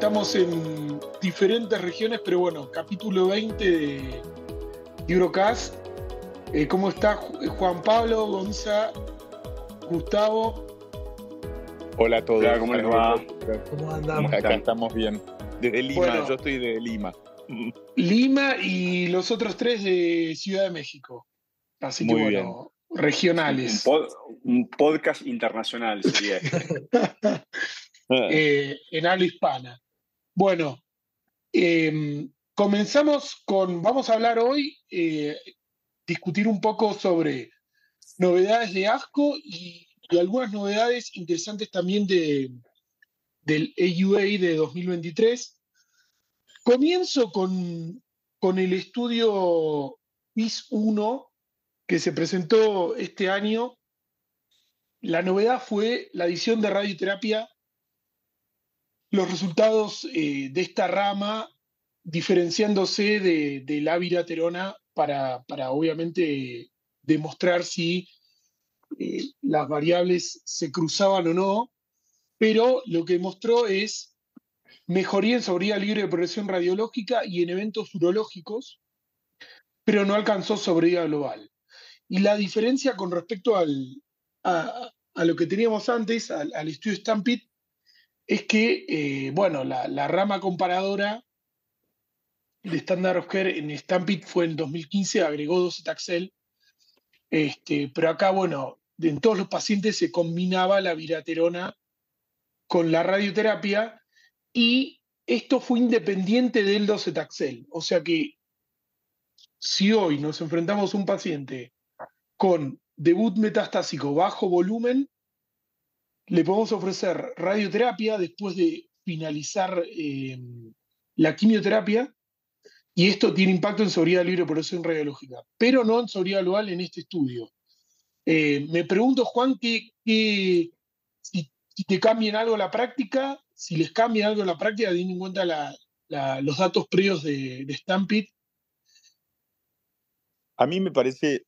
estamos en diferentes regiones, pero bueno, capítulo 20 de Eurocast. ¿Cómo está Juan Pablo, Gonza, Gustavo? Hola a todos. Hola, ¿cómo les va? ¿Cómo andamos? Acá estamos bien. Desde Lima, Bueno, yo estoy de Lima. Lima y los otros tres de Ciudad de México. Así que Muy bien. bueno, regionales. Un podcast internacional sería este. En habla hispana. Bueno, comenzamos vamos a hablar hoy, discutir un poco sobre novedades de ASCO y algunas novedades interesantes también del AUA de 2023. Comienzo con el estudio PIS-1 que se presentó este año. La novedad fue la adición de radioterapia, los resultados de esta rama diferenciándose de la viraterona para obviamente demostrar si las variables se cruzaban o no, pero lo que mostró es mejoría en sobriedad libre de progresión radiológica y en eventos urológicos, pero no alcanzó sobriedad global. Y la diferencia con respecto a lo que teníamos antes, al estudio Stampede, es que, bueno, la rama comparadora de Standard of Care en Stampede fue en 2015, agregó docetaxel, pero acá, bueno, en todos los pacientes se combinaba la viraterona con la radioterapia y esto fue independiente del docetaxel. O sea que si hoy nos enfrentamos a un paciente con debut metastásico bajo volumen, le podemos ofrecer radioterapia después de finalizar la quimioterapia y esto tiene impacto en sobriedad libre de progresión radiológica, pero no en sobriedad global en este estudio. Me pregunto, Juan, si te cambian algo la práctica, si les cambian algo la práctica, teniendo en cuenta los datos previos de Stampede. A mí me parece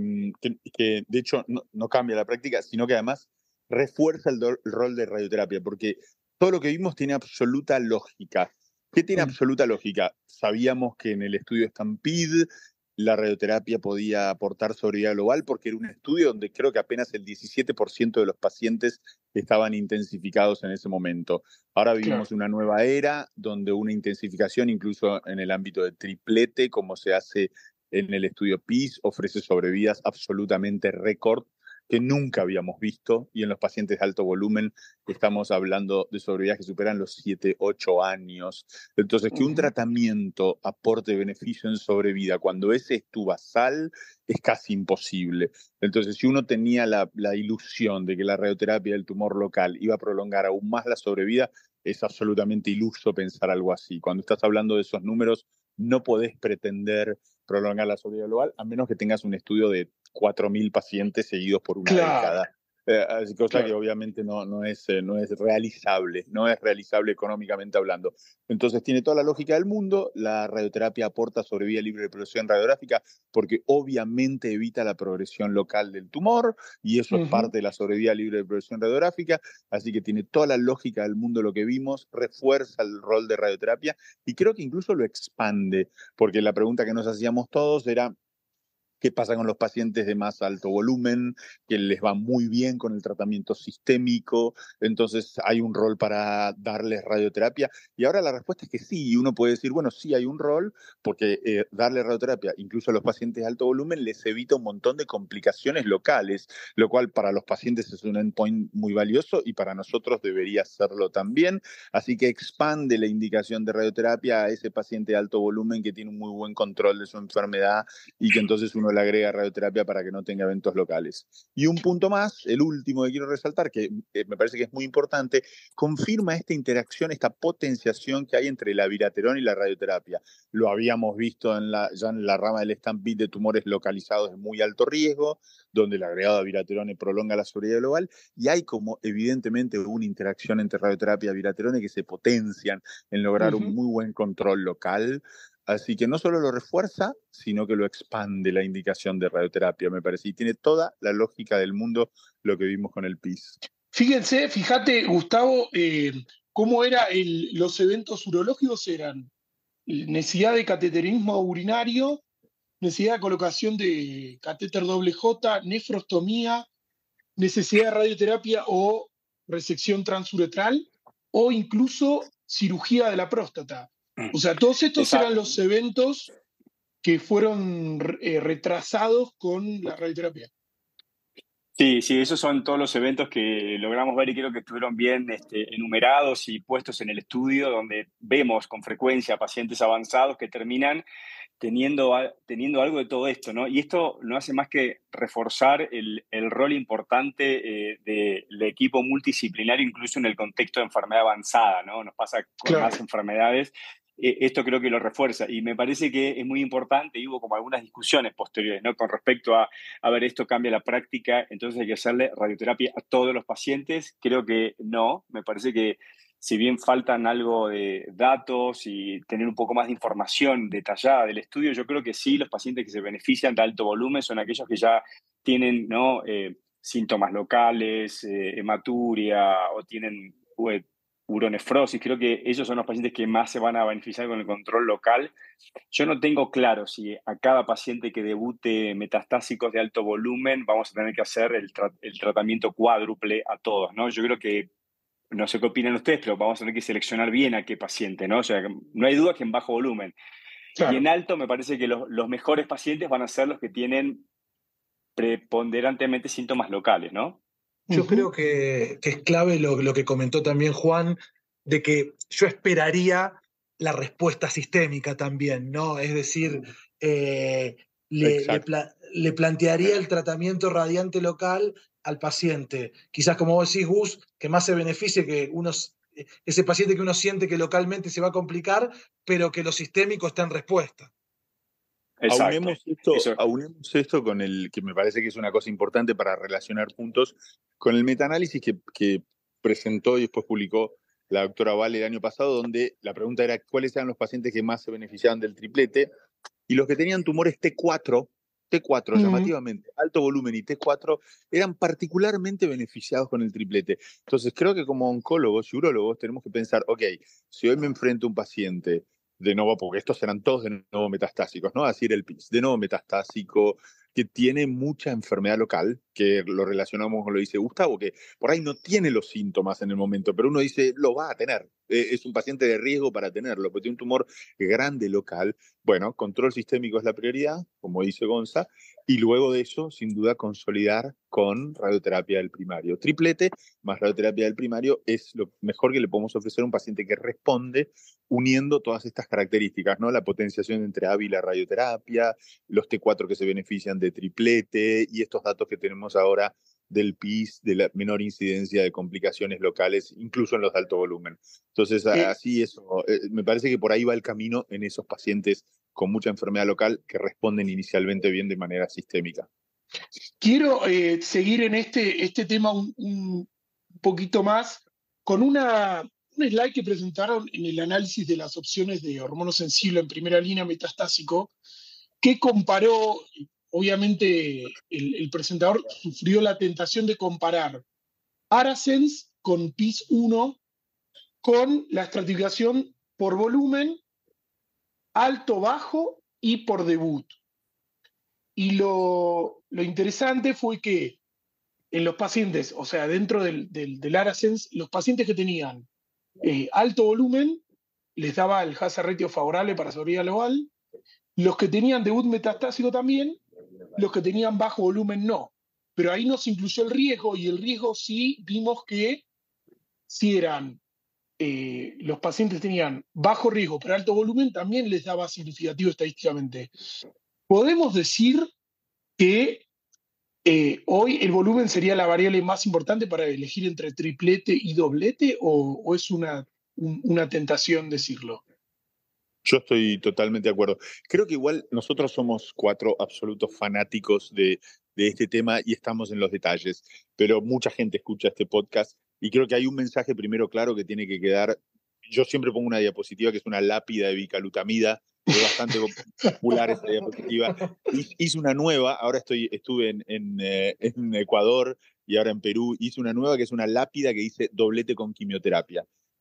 que de hecho no cambia la práctica, sino que además refuerza el rol de radioterapia, porque todo lo que vimos tiene absoluta lógica. ¿Qué tiene absoluta lógica? Sabíamos que en el estudio Stampede la radioterapia podía aportar sobriedad global porque era un estudio donde creo que apenas el 17% de los pacientes estaban intensificados en ese momento. Ahora vivimos una nueva era donde una intensificación, incluso en el ámbito de triplete, como se hace en el estudio PIS, ofrece sobrevidas absolutamente récord que nunca habíamos visto, y en los pacientes de alto volumen estamos hablando de sobrevidas que superan los 7, 8 años. Entonces, que un tratamiento aporte beneficio en sobrevida cuando ese es tu basal es casi imposible. Entonces, si uno tenía la ilusión de que la radioterapia del tumor local iba a prolongar aún más la sobrevida, es absolutamente iluso pensar algo así. Cuando estás hablando de esos números, no podés pretender prolongar la sobrevida global, a menos que tengas un estudio de 4.000 pacientes seguidos por una década. Cosa que obviamente no es realizable, no es realizable económicamente hablando. Entonces tiene toda la lógica del mundo. La radioterapia aporta sobrevida libre de progresión radiográfica porque obviamente evita la progresión local del tumor y eso es parte de la sobrevida libre de progresión radiográfica, así que tiene toda la lógica del mundo lo que vimos, refuerza el rol de radioterapia y creo que incluso lo expande, porque la pregunta que nos hacíamos todos era: ¿qué pasa con los pacientes de más alto volumen, que les va muy bien con el tratamiento sistémico? Entonces, ¿hay un rol para darles radioterapia? Y ahora la respuesta es que sí. Y uno puede decir, bueno, sí hay un rol, porque darle radioterapia, incluso a los pacientes de alto volumen, les evita un montón de complicaciones locales, lo cual para los pacientes es un endpoint muy valioso y para nosotros debería serlo también. Así que expande la indicación de radioterapia a ese paciente de alto volumen que tiene un muy buen control de su enfermedad y que entonces uno le agrega radioterapia para que no tenga eventos locales. Y un punto más, el último que quiero resaltar, que me parece que es muy importante, confirma esta interacción, esta potenciación que hay entre la viraterona y la radioterapia. Lo habíamos visto ya en la rama del Stampede de tumores localizados de muy alto riesgo, donde el agregado de viraterona prolonga la sobrevida global, y hay como evidentemente una interacción entre radioterapia y viraterona que se potencian en lograr un muy buen control local. Así que no solo lo refuerza, sino que lo expande la indicación de radioterapia, me parece. Y tiene toda la lógica del mundo lo que vimos con el PIS. Fíjate, Gustavo, cómo eran los eventos urológicos. Eran necesidad de cateterismo urinario, necesidad de colocación de catéter doble J, nefrostomía, necesidad de radioterapia o resección transuretral, o incluso cirugía de la próstata. O sea, todos estos eran Exacto. los eventos que fueron retrasados con la radioterapia. Sí, sí, esos son todos los eventos que logramos ver y creo que estuvieron bien enumerados y puestos en el estudio, donde vemos con frecuencia pacientes avanzados que terminan teniendo algo de todo esto, ¿no? Y esto no hace más que reforzar el rol importante del equipo multidisciplinario, incluso en el contexto de enfermedad avanzada, ¿no? Nos pasa con Claro. más enfermedades. Esto creo que lo refuerza y me parece que es muy importante y hubo como algunas discusiones posteriores, ¿no? Con respecto a ver, esto cambia la práctica, entonces hay que hacerle radioterapia a todos los pacientes. Creo que no, me parece que si bien faltan algo de datos y tener un poco más de información detallada del estudio, yo creo que sí, los pacientes que se benefician de alto volumen son aquellos que ya tienen, ¿no? Síntomas locales, hematuria o tienen uronefrosis. Creo que esos son los pacientes que más se van a beneficiar con el control local. Yo no tengo claro si a cada paciente que debute metastásicos de alto volumen vamos a tener que hacer el tratamiento cuádruple a todos, ¿no? Yo creo que, no sé qué opinan ustedes, pero vamos a tener que seleccionar bien a qué paciente, ¿no? O sea, no hay duda que en bajo volumen. Y Claro. en alto me parece que los mejores pacientes van a ser los que tienen preponderantemente síntomas locales, ¿no? Yo creo que es clave lo que comentó también Juan, de que yo esperaría la respuesta sistémica también, ¿no? Es decir, le plantearía el tratamiento radiante local al paciente. Quizás, como vos decís, Gus, que más se beneficie que ese paciente que uno siente que localmente se va a complicar, pero que lo sistémico está en respuesta. Exacto. Aunemos esto con el que me parece que es una cosa importante para relacionar puntos, con el metaanálisis que presentó y después publicó la doctora Vale el año pasado, donde la pregunta era cuáles eran los pacientes que más se beneficiaban del triplete, y los que tenían tumores T4, llamativamente, alto volumen y T4, eran particularmente beneficiados con el triplete. Entonces creo que como oncólogos y urólogos tenemos que pensar, ok, si hoy me enfrento a un paciente de nuevo, porque estos eran todos de nuevo metastásicos, ¿no? Así era el PIS, de nuevo metastásico, que tiene mucha enfermedad local, que lo relacionamos con lo que dice Gustavo, que por ahí no tiene los síntomas en el momento, pero uno dice, lo va a tener. Es un paciente de riesgo para tenerlo, porque tiene un tumor grande local. Bueno, control sistémico es la prioridad, como dice Gonza, y luego de eso, sin duda, consolidar con radioterapia del primario. Triplete más radioterapia del primario es lo mejor que le podemos ofrecer a un paciente que responde uniendo todas estas características, ¿no? La potenciación entre AVI y la radioterapia, los T4 que se benefician de triplete y estos datos que tenemos ahora del PIS, de la menor incidencia de complicaciones locales, incluso en los de alto volumen. Entonces, así eso, me parece que por ahí va el camino en esos pacientes con mucha enfermedad local que responden inicialmente bien de manera sistémica. Quiero seguir en este tema un poquito más con un slide que presentaron en el análisis de las opciones de hormono sensible en primera línea metastásico, que comparó, obviamente el presentador sufrió la tentación de comparar Arasens con PIS-1 con la estratificación por volumen, alto, bajo y por debut. Y lo interesante fue que en los pacientes, o sea, dentro del Arasens, los pacientes que tenían alto volumen les daba el hazard ratio favorable para sobrevivir global, los que tenían debut metastásico también, los que tenían bajo volumen no. Pero ahí no se incluyó el riesgo, y el riesgo sí vimos que si eran los pacientes tenían bajo riesgo pero alto volumen, también les daba significativo estadísticamente. Podemos decir que hoy el volumen sería la variable más importante para elegir entre triplete y doblete, o es una tentación decirlo. Yo estoy totalmente de acuerdo. Creo que igual nosotros somos 4 absolutos fanáticos de este tema y estamos en los detalles, pero mucha gente escucha este podcast y creo que hay un mensaje primero claro que tiene que quedar. Yo siempre pongo una diapositiva que es una lápida de bicalutamida, es bastante popular esa diapositiva. Hice una nueva, ahora estuve en Ecuador y ahora en Perú, hice una nueva que es una lápida que dice doblete con quimioterapia.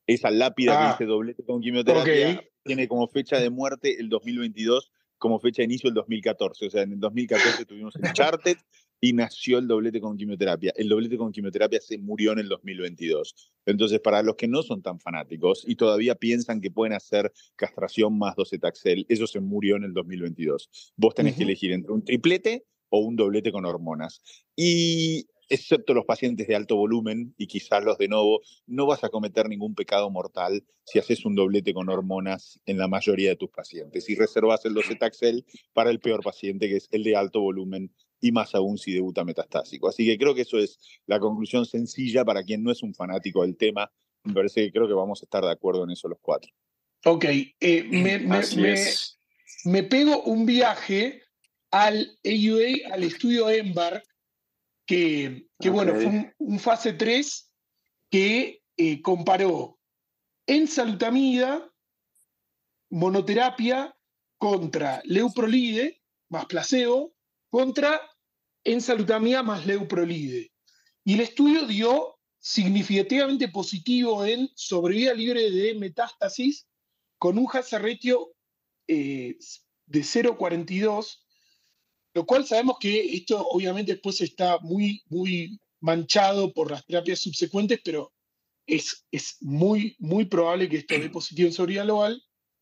Esa lápida que dice Ah, doblete con quimioterapia ok. tiene como fecha de muerte el 2022, como fecha de inicio el 2014. O sea, en el 2014 tuvimos el Charted y nació el doblete con quimioterapia. El doblete con quimioterapia se murió en el 2022. Entonces, para los que no son tan fanáticos y todavía piensan que pueden hacer castración más docetaxel, eso se murió en el 2022. Vos tenés que Ujú. elegir entre un triplete o un doblete con hormonas. Y excepto los pacientes de alto volumen y quizás los de novo, no vas a cometer ningún pecado mortal si haces un doblete con hormonas en la mayoría de tus pacientes. Y reservas el docetaxel para el peor paciente, que es el de alto volumen, y más aún si debuta metastásico. Así que creo que eso es la conclusión sencilla para quien no es un fanático del tema. Me parece que creo que vamos a estar de acuerdo en eso los cuatro. Ok. Así es. Me pego un viaje al AUA, al estudio EMBARK, que Ok. bueno, fue un fase 3 que comparó enzalutamida, monoterapia, contra leuprolide más placebo, contra enzalutamida más leuprolide. Y el estudio dio significativamente positivo en sobrevida libre de metástasis, con un hazard ratio de 0,42, lo cual sabemos que esto obviamente después está muy manchado por las terapias subsecuentes, pero es muy probable que esto dé positivo en sobrevida global.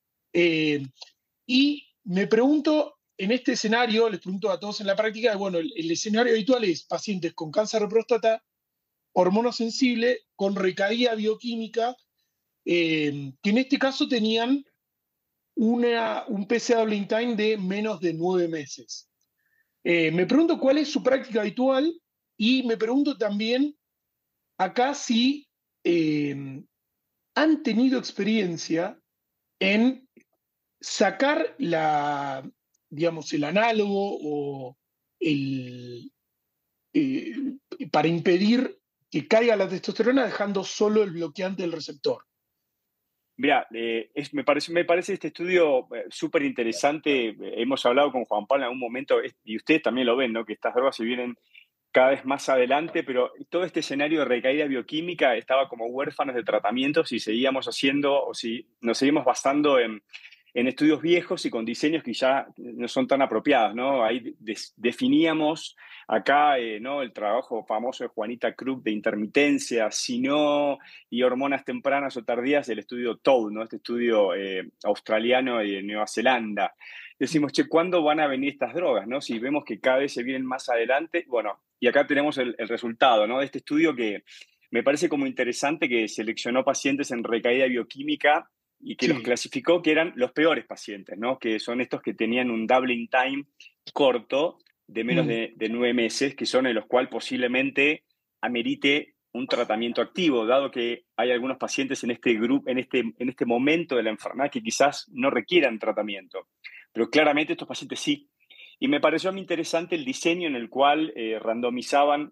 Y me pregunto, en este escenario, les pregunto a todos en la práctica, bueno, el escenario habitual es pacientes con cáncer de próstata, hormonosensible, con recaída bioquímica, que en este caso tenían un PCA doubling time de menos de 9 meses. Me pregunto cuál es su práctica habitual y me pregunto también acá si han tenido experiencia en sacar digamos, el análogo o el, eh, para impedir que caiga la testosterona dejando solo el bloqueante del receptor. Mira, me parece este estudio súper interesante. Hemos hablado con Juan Pablo en algún momento, y ustedes también lo ven, ¿no? Que estas drogas se vienen cada vez más adelante, pero todo este escenario de recaída bioquímica estaba como huérfanos de tratamiento si seguíamos haciendo o si nos seguimos basando en estudios viejos y con diseños que ya no son tan apropiados, ¿no? Ahí definíamos acá, ¿no? El trabajo famoso de Juanita Krug de intermitencia, sino y hormonas tempranas o tardías del estudio TOAD, ¿no? Este estudio australiano y de Nueva Zelanda. Decimos, che, ¿cuándo van a venir estas drogas? ¿No? Si vemos que cada vez se vienen más adelante, bueno, y acá tenemos el resultado, ¿no? De este estudio que me parece como interesante, que seleccionó pacientes en recaída bioquímica y que los Sí. clasificó que eran los peores pacientes, ¿no? Que son estos que tenían un doubling time corto de menos de 9 meses, que son en los cuales posiblemente amerite un tratamiento activo, dado que hay algunos pacientes en este grupo, en este momento de la enfermedad que quizás no requieran tratamiento. Pero claramente estos pacientes sí. Y me pareció a mí interesante el diseño en el cual randomizaban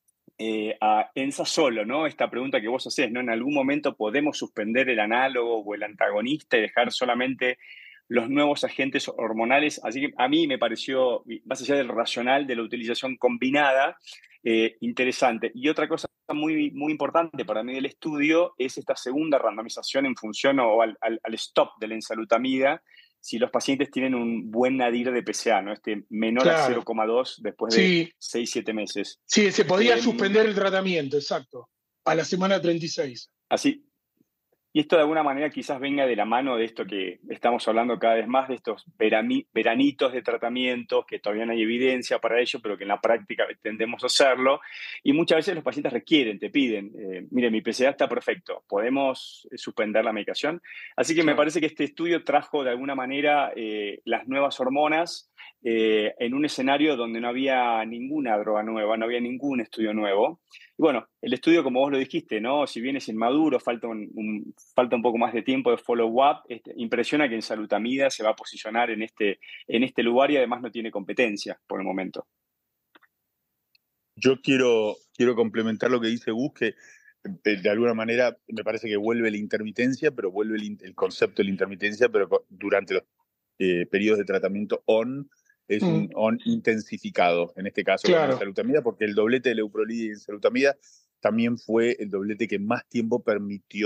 a ENSA solo, ¿no? Esta pregunta que vos hacés, ¿no? En algún momento podemos suspender el análogo o el antagonista y dejar solamente los nuevos agentes hormonales. Así que a mí me pareció, más allá del racional de la utilización combinada, interesante. Y otra cosa muy importante para mí del estudio es esta segunda randomización en función o al stop de la ensalutamida, si los pacientes tienen un buen nadir de PSA, ¿no? Este menor a Claro. 0,2 después de Sí, 6-7 meses. sí, se podía Eh, suspender el tratamiento, exacto, a la semana 36. Así, y esto de alguna manera quizás venga de la mano de esto que estamos hablando cada vez más, de estos veranitos de tratamientos, que todavía no hay evidencia para ello, pero que en la práctica tendemos a hacerlo. Y muchas veces los pacientes requieren, te piden, mire, mi PSA está perfecto, ¿podemos suspender la medicación? Así que me Claro. parece que este estudio trajo de alguna manera las nuevas hormonas en un escenario donde no había ninguna droga nueva, no había ningún estudio nuevo. Y bueno, el estudio, como vos lo dijiste, ¿no? Si bien es inmaduro, falta un poco más de tiempo de follow-up, impresiona que enzalutamida se va a posicionar en este lugar y además no tiene competencia por el momento. Yo quiero complementar lo que dice Gus, que de alguna manera me parece que vuelve la intermitencia, pero vuelve el concepto de la intermitencia, pero durante los periodos de tratamiento ON, es un ON intensificado, en este caso con la Claro. enzalutamida, porque el doblete de leuprolide y enzalutamida también fue el doblete que más tiempo permitió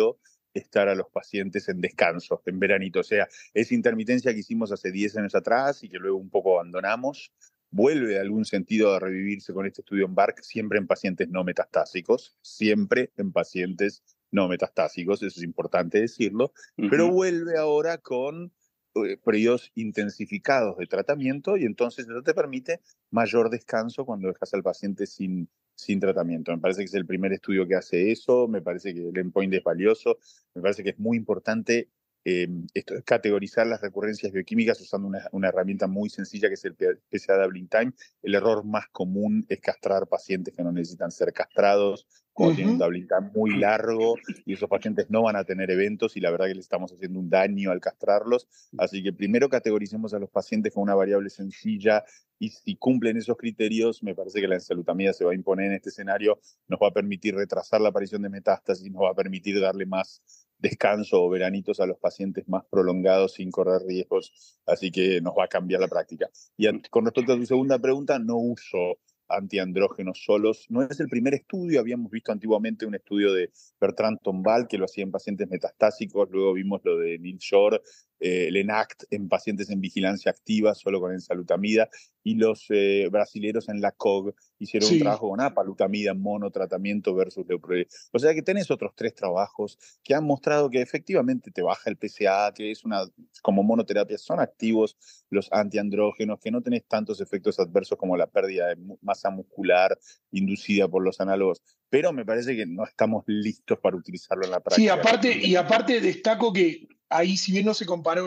estar a los pacientes en descanso, en veranito. O sea, esa intermitencia que hicimos hace 10 años atrás y que luego un poco abandonamos, vuelve de algún sentido a revivirse con este estudio EMBARK, siempre en pacientes no metastásicos, siempre en pacientes no metastásicos, eso es importante decirlo, pero vuelve ahora con periodos intensificados de tratamiento y entonces eso te permite mayor descanso cuando dejas al paciente sin tratamiento. Me parece que es el primer estudio que hace eso, me parece que el endpoint es valioso, me parece que es muy importante esto es categorizar las recurrencias bioquímicas usando una herramienta muy sencilla que es el PSA Doubling Time. El error más común es castrar pacientes que no necesitan ser castrados, cuando tienen un doubling time muy largo, y esos pacientes no van a tener eventos, y la verdad que les estamos haciendo un daño al castrarlos. Así que primero categoricemos a los pacientes con una variable sencilla, y si cumplen esos criterios, me parece que la ensalutamida se va a imponer en este escenario, nos va a permitir retrasar la aparición de metástasis, nos va a permitir darle más descanso o veranitos a los pacientes más prolongados sin correr riesgos, así que nos va a cambiar la práctica. Y con respecto a tu segunda pregunta, no uso antiandrógenos solos. No es el primer estudio, habíamos visto antiguamente un estudio de Bertrand Tombal que lo hacía en pacientes metastásicos, luego vimos lo de Neil Shore, el ENACT en pacientes en vigilancia activa solo con ensalutamida, y los brasileros en la COG hicieron un trabajo con apalutamida monotratamiento versus leuprolide. O sea que tenés otros 3 trabajos que han mostrado que efectivamente te baja el PSA, que es como monoterapia, son activos los antiandrógenos, que no tenés tantos efectos adversos como la pérdida de masa muscular inducida por los análogos, pero me parece que no estamos listos para utilizarlo en la práctica. Sí, aparte destaco que ahí, si bien no se comparó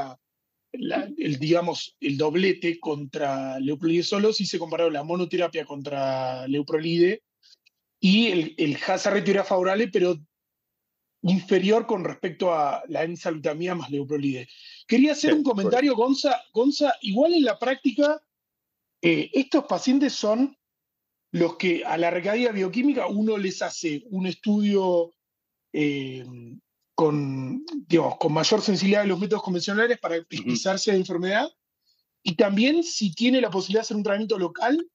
el doblete contra leuprolide solo, sí se comparó la monoterapia contra leuprolide, y el hazard ratio era favorable, pero inferior con respecto a la ensalutamida más leuprolide. Quería hacer un comentario, Gonza. Igual en la práctica, estos pacientes son los que a la recaída bioquímica uno les hace un estudio con mayor sensibilidad de los métodos convencionales para pesquisarse de enfermedad, y también si tiene la posibilidad de hacer un tratamiento local,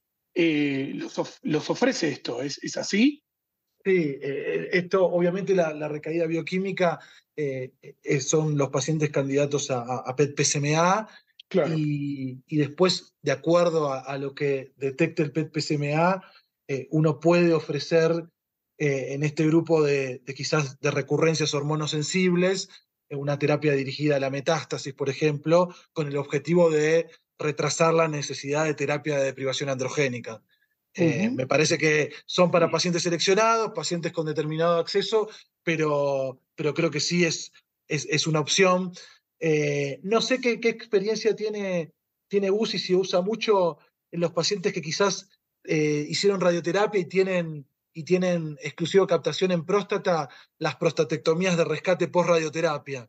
los ofrece esto. ¿Es así? Sí, esto obviamente la recaída bioquímica son los pacientes candidatos a PET-PSMA. Claro. Y después, de acuerdo a lo que detecte el PET-PSMA, uno puede ofrecer en este grupo de quizás de recurrencias hormonosensibles una terapia dirigida a la metástasis, por ejemplo, con el objetivo de retrasar la necesidad de terapia de deprivación androgénica. Me parece que son para pacientes seleccionados, pacientes con determinado acceso, pero creo que sí es una opción. No sé qué experiencia tiene UCI, si usa mucho en los pacientes que quizás hicieron radioterapia y tienen exclusiva captación en próstata, las prostatectomías de rescate post-radioterapia.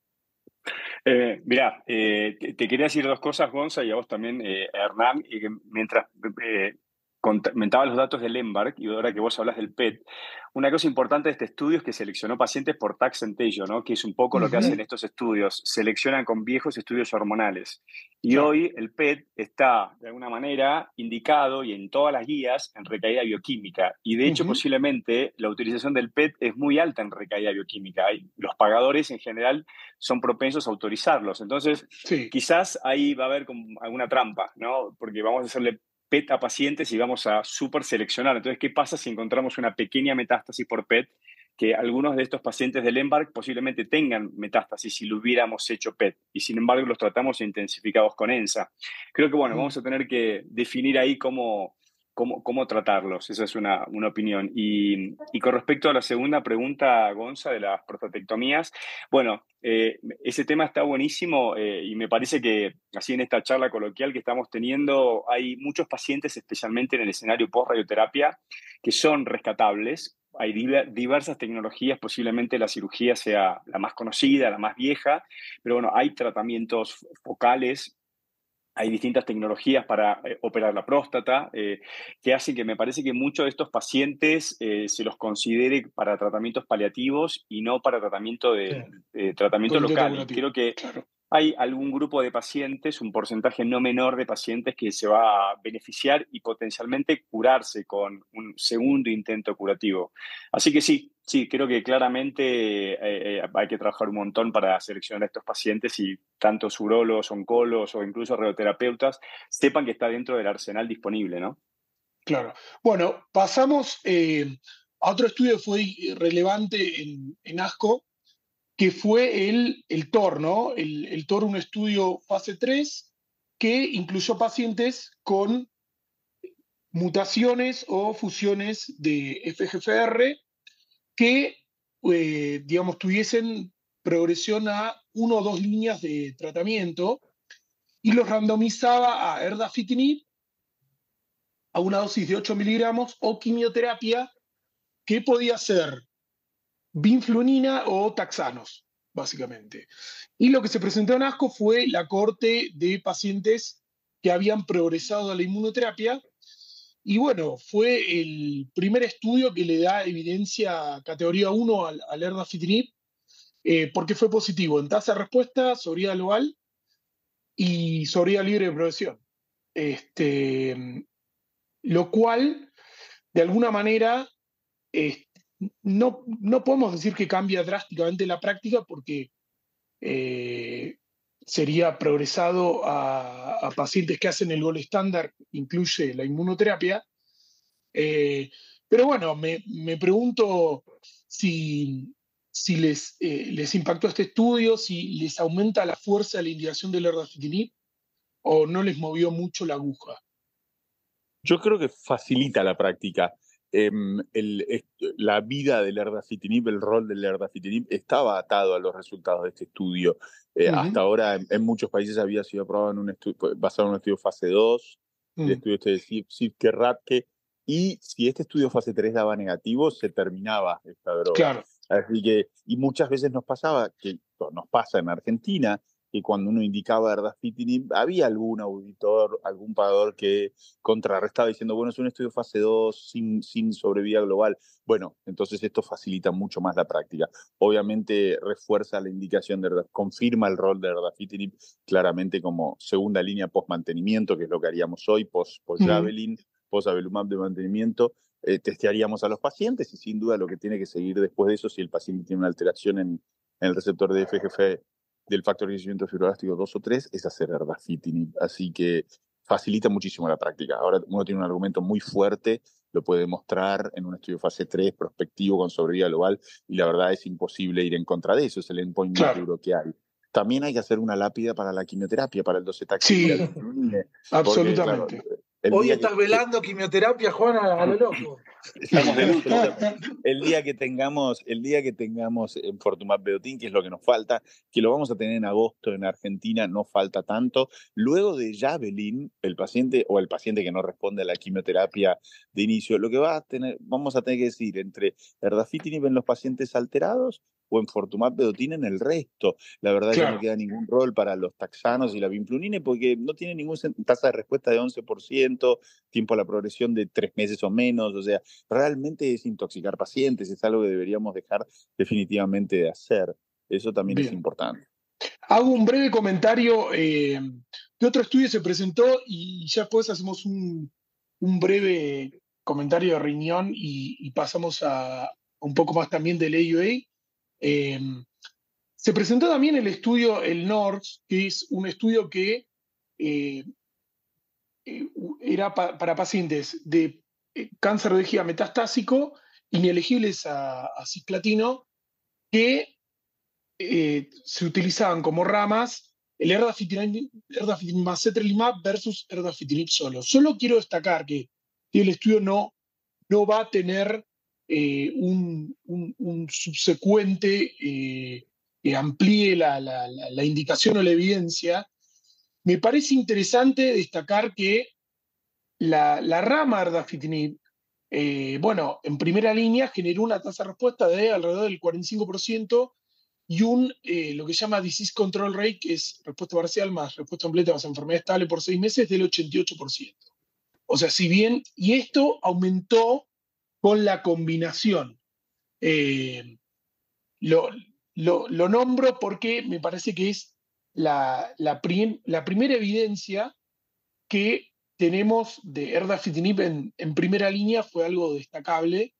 Mirá, te quería decir 2 cosas, Gonza, y a vos también, Hernán, y que mientras comentaba los datos del EMBARK, y ahora que vos hablas del PET, una cosa importante de este estudio es que seleccionó pacientes por TAC centello, ¿no? Que es un poco lo que hacen estos estudios, seleccionan con viejos estudios hormonales. Y hoy el PET está, de alguna manera, indicado y en todas las guías en recaída bioquímica. Y de hecho, posiblemente, la utilización del PET es muy alta en recaída bioquímica. Los pagadores, en general, son propensos a autorizarlos. Entonces, quizás ahí va a haber como alguna trampa, ¿no? Porque vamos a hacerle PET a pacientes y vamos a súper seleccionar. Entonces, ¿qué pasa si encontramos una pequeña metástasis por PET? Que algunos de estos pacientes del EMBARK posiblemente tengan metástasis si lo hubiéramos hecho PET, y sin embargo los tratamos intensificados con ENSA. Creo que, bueno, vamos a tener que definir ahí cómo tratarlos. Esa es una opinión. Y con respecto a la segunda pregunta, Gonza, de las prostatectomías, bueno, ese tema está buenísimo, y me parece que así en esta charla coloquial que estamos teniendo hay muchos pacientes, especialmente en el escenario post-radioterapia, que son rescatables. Hay diversas tecnologías, posiblemente la cirugía sea la más conocida, la más vieja, pero bueno, hay tratamientos focales. Hay distintas tecnologías para operar la próstata, que hacen que me parece que muchos de estos pacientes se los considere para tratamientos paliativos y no para tratamiento local. Y creo que hay algún grupo de pacientes, un porcentaje no menor de pacientes que se va a beneficiar y potencialmente curarse con un segundo intento curativo. Así que sí, creo que claramente hay que trabajar un montón para seleccionar a estos pacientes y tantos urólogos, oncólogos o incluso radioterapeutas sepan que está dentro del arsenal disponible, ¿no? Claro. Bueno, pasamos a otro estudio que fue relevante en ASCO, que fue el TOR, ¿no? El TOR, un estudio fase 3 que incluyó pacientes con mutaciones o fusiones de FGFR que, digamos, tuviesen progresión a 1 o 2 líneas de tratamiento y los randomizaba a erdafitinib a una dosis de 8 miligramos o quimioterapia que podía ser vinflunina o taxanos, básicamente. Y lo que se presentó en ASCO fue la cohorte de pacientes que habían progresado a la inmunoterapia. Y bueno, fue el primer estudio que le da evidencia categoría 1 al erdafitinib, porque fue positivo en tasa de respuesta, sobriedad global y sobriedad libre de progresión. Lo cual, de alguna manera, no podemos decir que cambia drásticamente la práctica porque sería progresado a pacientes que hacen el gol estándar, incluye la inmunoterapia. Pero bueno, me pregunto si les impactó este estudio, si les aumenta la fuerza de la indicación del erdafitinib o no les movió mucho la aguja. Yo creo que facilita la práctica. La vida del erdafitinib, el rol del erdafitinib, estaba atado a los resultados de este estudio. Hasta ahora, en muchos países había sido aprobado en un estudio, basado en un estudio fase 2, el estudio de Sipke-Ratke, y si este estudio fase 3 daba negativo, se terminaba esta droga. Claro. Así que, y muchas veces nos pasa nos pasa en Argentina, que cuando uno indicaba erdafitinib, había algún auditor, algún pagador que contrarrestaba diciendo, bueno, es un estudio fase 2 sin sobrevida global. Bueno, entonces esto facilita mucho más la práctica. Obviamente refuerza la indicación confirma el rol de erdafitinib claramente como segunda línea post-mantenimiento, que es lo que haríamos hoy, post-Javelin, post-Avelumab de mantenimiento. Testearíamos a los pacientes y sin duda lo que tiene que seguir después de eso, si el paciente tiene una alteración en el receptor de FGF del factor de crecimiento fibroelástico 2 o 3, es hacer erdafitinib. Así que facilita muchísimo la práctica. Ahora uno tiene un argumento muy fuerte, lo puede demostrar en un estudio fase 3 prospectivo con sobrevida global, y la verdad es imposible ir en contra de eso, es el endpoint más duro que hay. También hay que hacer una lápida para la quimioterapia, para el docetaxel. Sí, absolutamente. Claro, hoy estás velando quimioterapia, Juan, a lo loco. Estamos de luto. El día que tengamos enfortumab vedotin, que es lo que nos falta, que lo vamos a tener en agosto en Argentina, no falta tanto. Luego de Javelin, el paciente que no responde a la quimioterapia de inicio, lo que vamos a tener que decir entre erdafitinib en los pacientes alterados o enfortumab vedotin en el resto. La verdad ya no queda ningún rol para los taxanos y la vinflunina porque no tiene ninguna tasa de respuesta de 11%, tiempo a la progresión de 3 meses o menos. O sea, realmente es intoxicar pacientes, es algo que deberíamos dejar definitivamente de hacer. Eso también es importante. Hago un breve comentario de otro estudio que se presentó y ya después hacemos un breve comentario de riñón y pasamos a un poco más también del AUA. Se presentó también el estudio, el NORS, que es un estudio que era para pacientes de cáncer de vejiga metastásico inelegibles a cisplatino que se utilizaban como ramas el erdafitinib más cetrelumab versus erdafitinib solo. Solo quiero destacar que el estudio no va a tener un subsecuente que amplíe la indicación o la evidencia. Me parece interesante destacar que la rama erdafitinib, bueno, en primera línea generó una tasa de respuesta de alrededor del 45% y lo que se llama disease control rate, que es respuesta parcial más respuesta completa más enfermedad estable por 6 meses, del 88%. O sea, si bien, y esto aumentó con la combinación. Lo nombro porque me parece que es la primera evidencia que tenemos de erdafitinib en primera línea fue algo destacable.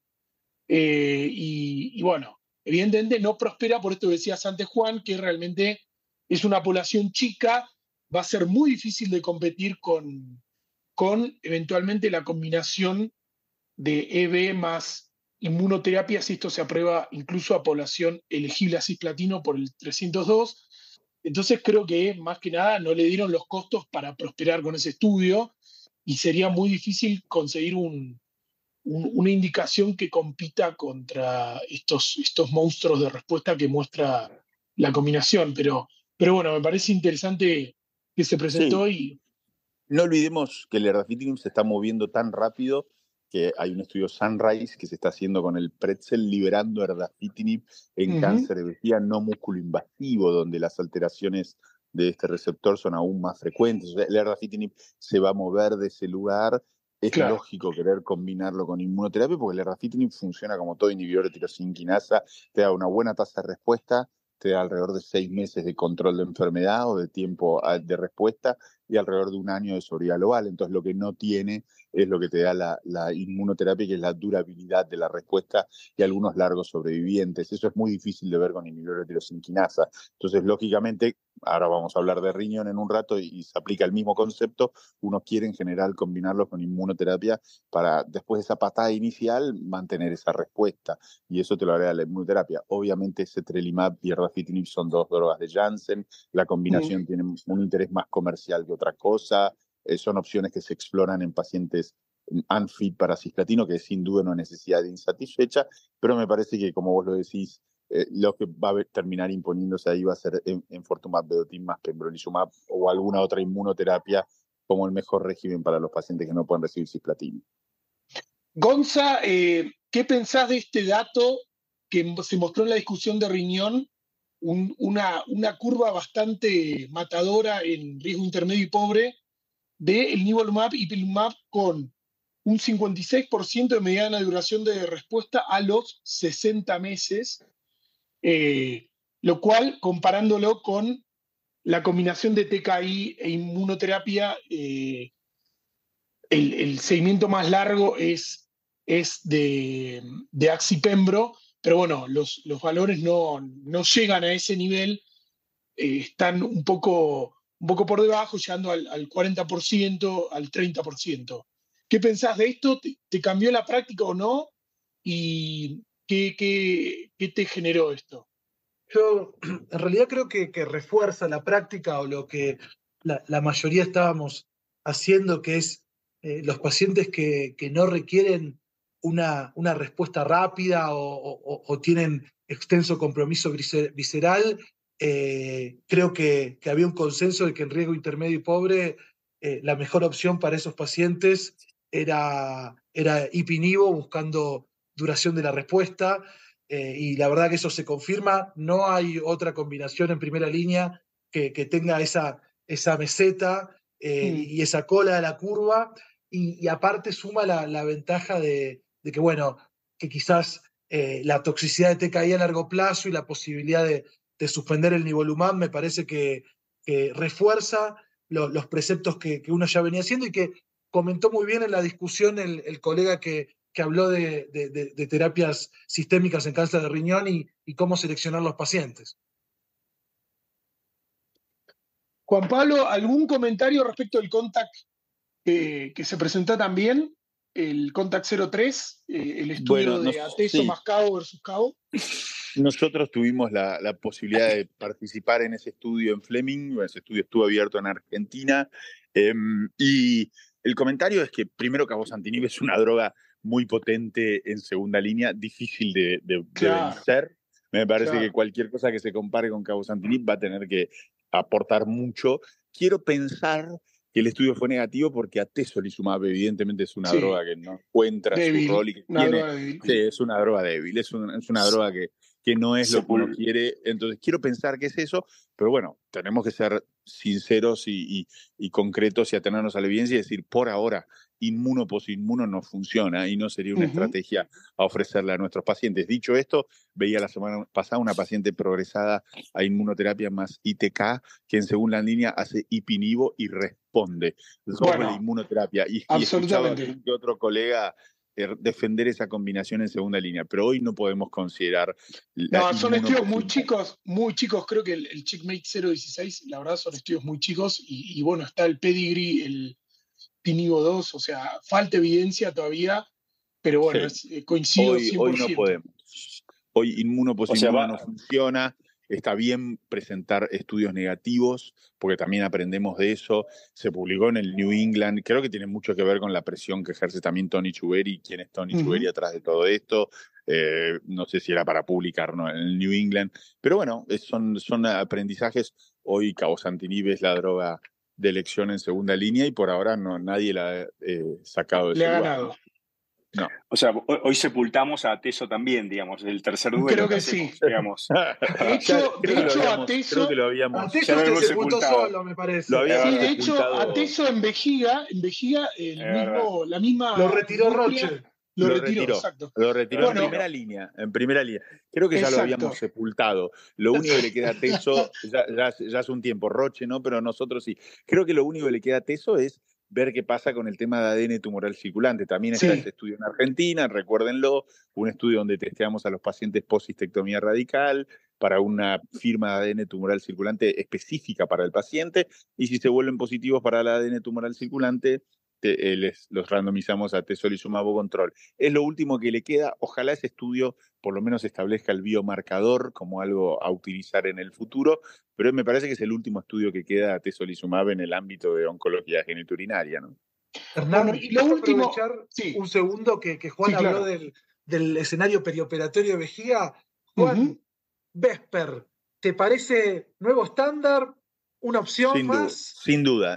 Y bueno, evidentemente no prospera por esto que decías antes, Juan, que realmente es una población chica, va a ser muy difícil de competir con eventualmente la combinación de EB más inmunoterapia, si esto se aprueba incluso a población elegible a cisplatino por el 302. Entonces creo que más que nada no le dieron los costos para prosperar con ese estudio y sería muy difícil conseguir una indicación que compita contra estos monstruos de respuesta que muestra la combinación. Pero bueno, me parece interesante que se presentó Sí, y no olvidemos que el erdafitinib se está moviendo tan rápido que hay un estudio Sunrise que se está haciendo con el pretzel liberando erdafitinib en ujú, cáncer de vejiga no músculo-invasivo, donde las alteraciones de este receptor son aún más frecuentes. O sea, el erdafitinib se va a mover de ese lugar. Es claro. lógico querer combinarlo con inmunoterapia porque el erdafitinib funciona como todo inhibidor de tirosina quinasa, te da una buena tasa de respuesta, te da alrededor de 6 meses de control de enfermedad o de tiempo de respuesta y alrededor de un año de sobriedad global. Entonces, lo que no tiene es lo que te da la inmunoterapia, que es la durabilidad de la respuesta y algunos largos sobrevivientes. Eso es muy difícil de ver con inhibidores de tirosina quinasa. Entonces, lógicamente, ahora vamos a hablar de riñón en un rato y se aplica el mismo concepto. Uno quiere en general combinarlos con inmunoterapia para, después de esa patada inicial, mantener esa respuesta. Y eso te lo hará la inmunoterapia. Obviamente, cetrellimab y erdafitinib son dos drogas de Janssen. La Mm. combinación tiene un interés más comercial que otra cosa. Son opciones que se exploran en pacientes unfit para cisplatino, que sin duda una necesidad insatisfecha, pero me parece que, como vos lo decís, lo que va a terminar imponiéndose ahí va a ser enfortumab vedotin más pembrolizumab o alguna otra inmunoterapia como el mejor régimen para los pacientes que no pueden recibir cisplatino. Gonza, ¿qué pensás de este dato que se mostró en la discusión de riñón? Una curva bastante matadora en riesgo intermedio y pobre de el nivolumab y ipilimumab con un 56% de mediana duración de respuesta a los 60 meses, lo cual, comparándolo con la combinación de TKI e inmunoterapia, el seguimiento más largo es de Axipembro, pero bueno, los valores no llegan a ese nivel, están un poco por debajo, llegando al 40%, al 30%. ¿Qué pensás de esto? ¿Te cambió la práctica o no? ¿Y qué te generó esto? Yo en realidad creo que refuerza la práctica o lo que la mayoría estábamos haciendo, que es los pacientes que no requieren una respuesta rápida o tienen extenso compromiso visceral. Creo que había un consenso de que en riesgo intermedio y pobre la mejor opción para esos pacientes era ipinivo, buscando duración de la respuesta. Y la verdad que eso se confirma. No hay otra combinación en primera línea que tenga esa meseta Mm. y esa cola de la curva. Y aparte suma la ventaja de que, bueno, que quizás la toxicidad de TKI a largo plazo y la posibilidad de suspender el nivolumab me parece que refuerza los preceptos que uno ya venía haciendo y que comentó muy bien en la discusión el colega que habló de terapias sistémicas en cáncer de riñón y cómo seleccionar los pacientes. Juan Pablo, ¿algún comentario respecto del CONTACT que se presentó también? El CONTACT 03, el Bueno, estudio de Ateso sí, más Cabo versus Cabo. nosotros tuvimos la posibilidad de participar en ese estudio en Fleming. Ese estudio estuvo abierto en Argentina. Y el comentario es que, primero, cabozantinib es una droga muy potente en segunda línea, difícil de Claro, vencer. Me parece que claro. cualquier cosa que se compare con cabozantinib va a tener que aportar mucho. Quiero pensar que el estudio fue negativo porque atezolizumab evidentemente es una Sí, droga que no encuentra su rol débil, y que una tiene. droga débil. Sí, es una droga débil, es una droga que que no es lo que uno quiere. Entonces, quiero pensar que es eso, pero bueno, tenemos que ser sinceros y concretos y atenernos a la evidencia y decir, por ahora, inmuno posinmuno no funciona y no sería una estrategia a ofrecerle a nuestros pacientes. Dicho esto, veía la semana pasada una paciente progresada a inmunoterapia más ITK, que en segunda línea hace ipinivo y responde. Doble inmunoterapia. Y escuchaba a algún que otro colega defender esa combinación en segunda línea, pero hoy no podemos considerar... No, son estudios muy chicos, creo que el Checkmate 016, la verdad son estudios muy chicos, y bueno, está el Pedigree, el Pinivo 2, o sea, falta evidencia todavía, pero bueno, coincido 100%. Hoy no podemos. Hoy inmuno posinmuno no funciona. Está bien presentar estudios negativos, porque también aprendemos de eso. Se publicó en el New England. Creo que tiene mucho que ver con la presión que ejerce también Tony Chuberi. ¿Quién es Tony Chuberi atrás de todo esto? No sé si era para publicar, ¿no?, en el New England. Pero bueno, son aprendizajes. Hoy cabozantinib es la droga de elección en segunda línea y por ahora nadie la ha sacado de ese lugar. Ganado. No. O sea, hoy sepultamos a Ateso también, digamos, el tercer duelo. Creo que sí. Digamos. De hecho, Ateso... Creo que lo habíamos... Ateso se sepultó solo, me parece. Sí, de hecho, Ateso en vejiga la misma... Lo retiró Roche. Lo retiró, exacto. Lo retiró en primera línea. Creo que ya lo habíamos sepultado. Lo único que le queda a Teso, ya hace un tiempo, Roche no, pero nosotros sí. Creo que lo único que le queda a Teso es ver qué pasa con el tema de ADN tumoral circulante. También está ese estudio en Argentina, recuérdenlo, un estudio donde testeamos a los pacientes post-cistectomía radical para una firma de ADN tumoral circulante específica para el paciente, y si se vuelven positivos para el ADN tumoral circulante, los randomizamos a tesolizumab o control. Es lo último que le queda. Ojalá ese estudio por lo menos establezca el biomarcador como algo a utilizar en el futuro, pero me parece que es el último estudio que queda a tesolizumab en el ámbito de oncología geniturinaria, ¿no? Hernán, y lo último, aprovechar un segundo que Juan habló del escenario perioperatorio de vejiga. Juan, Vesper, ¿te parece nuevo estándar? ¿Una opción más? Sin duda.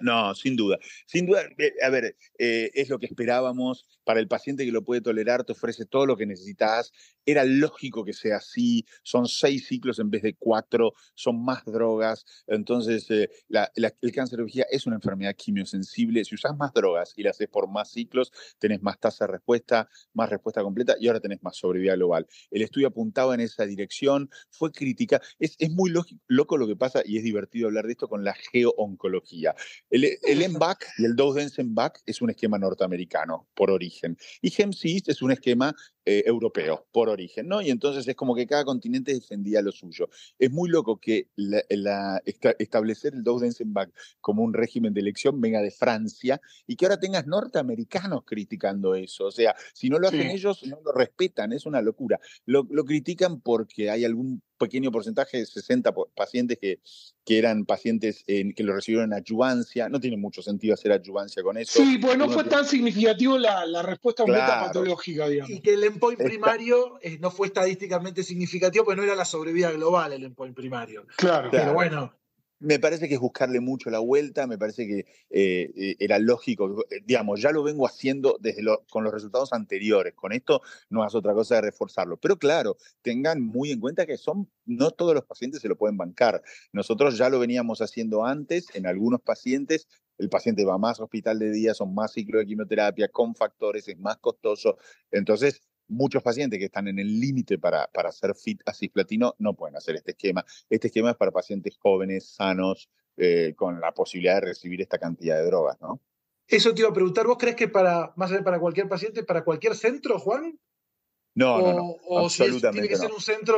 A ver, es lo que esperábamos. Para el paciente que lo puede tolerar, te ofrece todo lo que necesitas. Era lógico que sea así. Son 6 ciclos en vez de 4. Son más drogas. Entonces, el cáncer de vejiga es una enfermedad quimiosensible. Si usas más drogas y la haces por más ciclos, tenés más tasa de respuesta, más respuesta completa, y ahora tenés más sobrevida global. El estudio apuntaba en esa dirección. Fue crítica. Es muy loco lo que pasa, y es divertido hablar de esto con la geooncología. El MVAC y el dose-dense MVAC es un esquema norteamericano por origen, y GemCis es un esquema europeo por origen, ¿no? Y entonces es como que cada continente defendía lo suyo. Es muy loco que establecer el dose-dense MVAC como un régimen de elección venga de Francia y que ahora tengas norteamericanos criticando eso. O sea, si no lo hacen ellos, no lo respetan, es una locura. Lo critican porque hay algún pequeño porcentaje de 60 pacientes que eran pacientes que lo recibieron en adyuvancia. No tiene mucho sentido hacer adyuvancia con eso. Sí, pues no fue tan significativo la respuesta completa patológica, digamos. Y que el endpoint primario no fue estadísticamente significativo, porque no era la sobrevida global el endpoint primario. Claro. Pero bueno. Me parece que es buscarle mucho la vuelta, me parece que era lógico, digamos, ya lo vengo haciendo con los resultados anteriores, con esto no hace otra cosa de reforzarlo, pero claro, tengan muy en cuenta que no todos los pacientes se lo pueden bancar. Nosotros ya lo veníamos haciendo antes, en algunos pacientes el paciente va más a hospital de día, son más ciclos de quimioterapia, con factores, es más costoso, entonces muchos pacientes que están en el límite para hacer fit a cisplatino no pueden hacer este esquema. Este esquema es para pacientes jóvenes, sanos, con la posibilidad de recibir esta cantidad de drogas, ¿no? Eso te iba a preguntar, ¿vos crees que más allá para cualquier paciente, para cualquier centro, Juan? No. O si tiene que ser un centro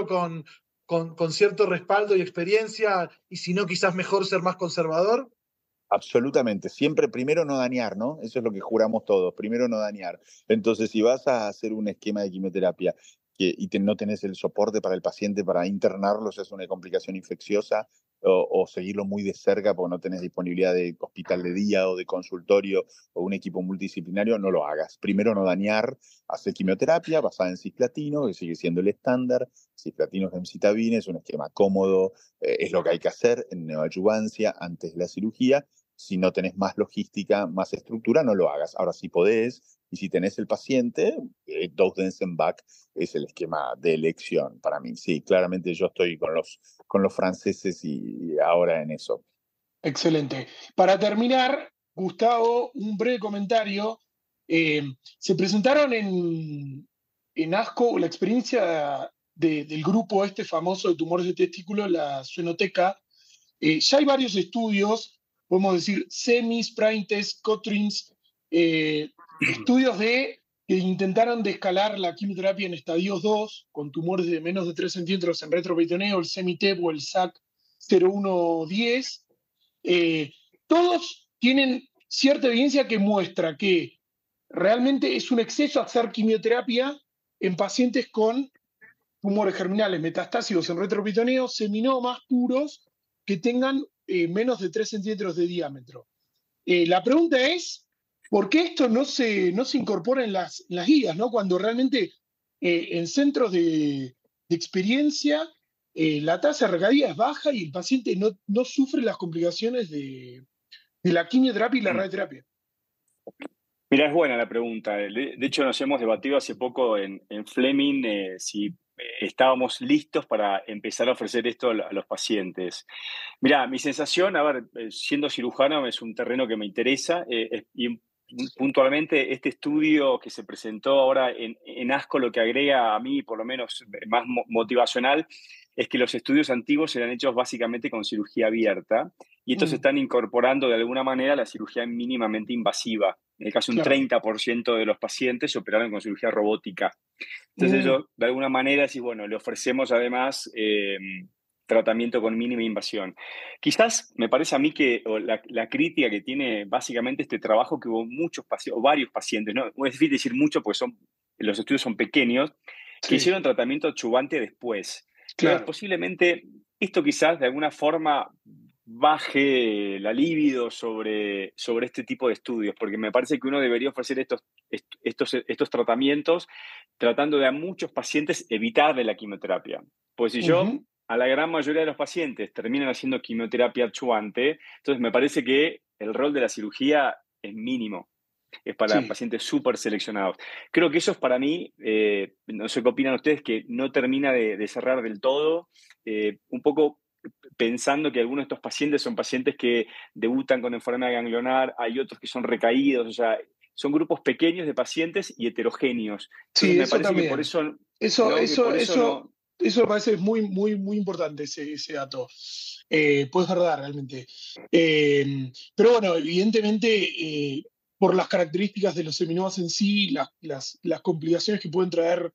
con cierto respaldo y experiencia, y si no, quizás mejor ser más conservador. Absolutamente. Siempre primero no dañar, ¿no? Eso es lo que juramos todos. Primero no dañar. Entonces, si vas a hacer un esquema de quimioterapia y no tenés el soporte para el paciente para internarlo, es una complicación infecciosa, o seguirlo muy de cerca porque no tenés disponibilidad de hospital de día o de consultorio o un equipo multidisciplinario, no lo hagas. Primero no dañar, hacer quimioterapia basada en cisplatino, que sigue siendo el estándar. Cisplatino, gemcitabina, es un esquema cómodo, es lo que hay que hacer en neoadyuvancia antes de la cirugía. si no tenés más logística, más estructura, no lo hagas. Ahora, si podés, y si tenés el paciente, dose dense and back es el esquema de elección para mí. Sí, claramente yo estoy con los franceses y ahora en eso. Excelente. Para terminar, Gustavo, un breve comentario. Se presentaron en ASCO la experiencia del grupo este famoso de tumores de testículo, la Suenoteca. Ya hay varios estudios, podemos decir semis, prime test, Cotrins, estudios que intentaron de escalar la quimioterapia en estadios 2 con tumores de menos de 3 centímetros en retroperitoneo, el SEMI-TEP o el SAC 0110. Todos tienen cierta evidencia que muestra que realmente es un exceso hacer quimioterapia en pacientes con tumores germinales metastásicos en retroperitoneo, seminomas puros que tengan menos de 3 centímetros de diámetro. La pregunta es, ¿por qué esto no se incorpora en las guías, ¿no? Cuando realmente en centros de experiencia la tasa de recaída es baja y el paciente no sufre las complicaciones de la quimioterapia y la radioterapia? Mira, es buena la pregunta. De hecho, nos hemos debatido hace poco en Fleming si estábamos listos para empezar a ofrecer esto a los pacientes. Mira, mi sensación, a ver, siendo cirujano es un terreno que me interesa y puntualmente este estudio que se presentó ahora en ASCO lo que agrega a mí, por lo menos más motivacional, es que los estudios antiguos eran hechos básicamente con cirugía abierta y estos están incorporando de alguna manera la cirugía mínimamente invasiva. En el caso de un 30% de los pacientes se operaron con cirugía robótica. Entonces ellos, de alguna manera, decís, bueno, le ofrecemos además tratamiento con mínima invasión. Quizás me parece a mí que la crítica que tiene básicamente este trabajo, que hubo muchos pacientes, o varios pacientes, ¿no? Es difícil decir mucho porque los estudios son pequeños, que hicieron tratamiento adjuvante después. Entonces, posiblemente esto quizás de alguna forma baje la libido sobre este tipo de estudios, porque me parece que uno debería ofrecer estos tratamientos tratando de a muchos pacientes evitarle la quimioterapia. Pues si yo a la gran mayoría de los pacientes terminan haciendo quimioterapia adjuvante, entonces me parece que el rol de la cirugía es mínimo. Es para pacientes súper seleccionados. Creo que eso es para mí, no sé qué opinan ustedes, que no termina de cerrar del todo. Un poco pensando que algunos de estos pacientes son pacientes que debutan con enfermedad ganglionar, hay otros que son recaídos, o sea, son grupos pequeños de pacientes y heterogéneos. Entonces Sí, me eso parece también. que por eso... Eso me parece muy, muy, muy importante, ese dato. Pues es verdad, realmente. Pero bueno, evidentemente, por las características de los seminomas en sí, las complicaciones que pueden traer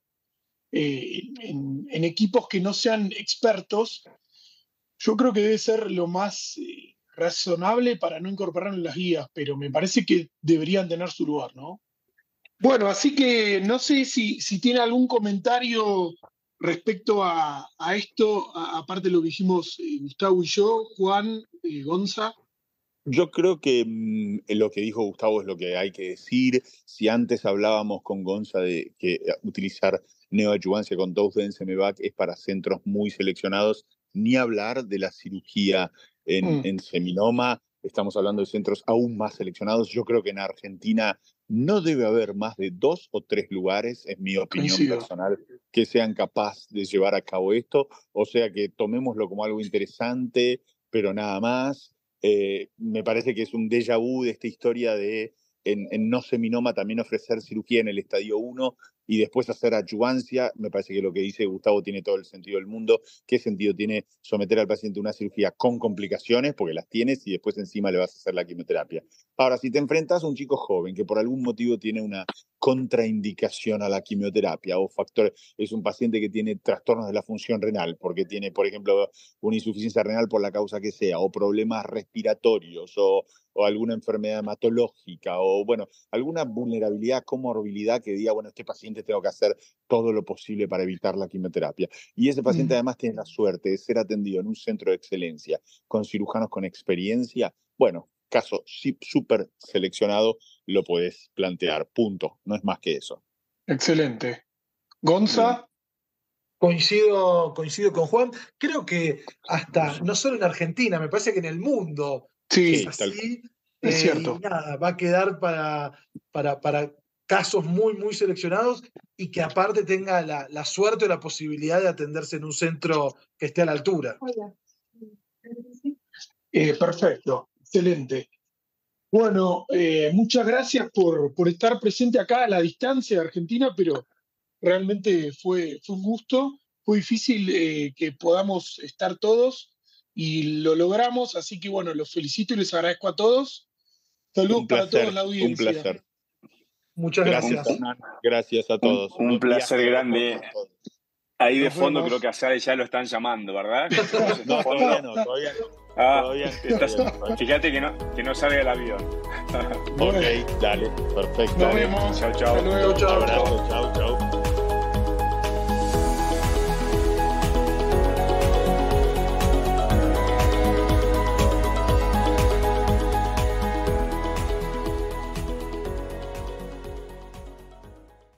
en equipos que no sean expertos, yo creo que debe ser lo más razonable para no incorporarlo en las guías, pero me parece que deberían tener su lugar, ¿no? Bueno, así que no sé si tiene algún comentario respecto a esto, aparte de lo que dijimos Gustavo y yo, Juan, Gonza. Yo creo que lo que dijo Gustavo es lo que hay que decir. Si antes hablábamos con Gonza de que utilizar neoadjuvancia con dose dense MEVAC es para centros muy seleccionados, ni hablar de la cirugía en seminoma. Estamos hablando de centros aún más seleccionados. Yo creo que en Argentina no debe haber más de 2 o 3 lugares, es mi opinión personal, que sean capaces de llevar a cabo esto. O sea que tomémoslo como algo interesante, pero nada más. Me parece que es un déjà vu de esta historia de en no seminoma también ofrecer cirugía en el estadio 1 y después hacer adjuvancia. Me parece que lo que dice Gustavo tiene todo el sentido del mundo. ¿Qué sentido tiene someter al paciente a una cirugía con complicaciones? Porque las tienes y después encima le vas a hacer la quimioterapia. Ahora, si te enfrentas a un chico joven que por algún motivo tiene una contraindicación a la quimioterapia o es un paciente que tiene trastornos de la función renal porque tiene, por ejemplo, una insuficiencia renal por la causa que sea, o problemas respiratorios, o alguna enfermedad hematológica, o bueno, alguna vulnerabilidad, comorbilidad que diga, bueno, este paciente tengo que hacer todo lo posible para evitar la quimioterapia. Y ese paciente además tiene la suerte de ser atendido en un centro de excelencia con cirujanos con experiencia. Bueno, caso súper seleccionado, lo puedes plantear, punto. No es más que eso. Excelente. Gonza. Coincido con Juan. Creo que hasta, no solo en Argentina, me parece que en el mundo Sí, así, es cierto. y nada, va a quedar para casos muy, muy seleccionados y que aparte tenga la suerte o la posibilidad de atenderse en un centro que esté a la altura. Perfecto, excelente. Bueno, muchas gracias por estar presente acá a la distancia de Argentina, pero realmente fue un gusto. Fue difícil que podamos estar todos y lo logramos, así que bueno, los felicito y les agradezco a todos. Saludos para todos la un audiencia. placer. Muchas gracias. Hernán. Gracias a todos. Un placer grande. Ahí de fondo creo que a Sade ya lo están llamando, ¿verdad? No, todavía no. Fíjate que no salga el avión. Ok, dale, perfecto. Nos vemos. Chao, chao. Hasta luego. Un abrazo, chao.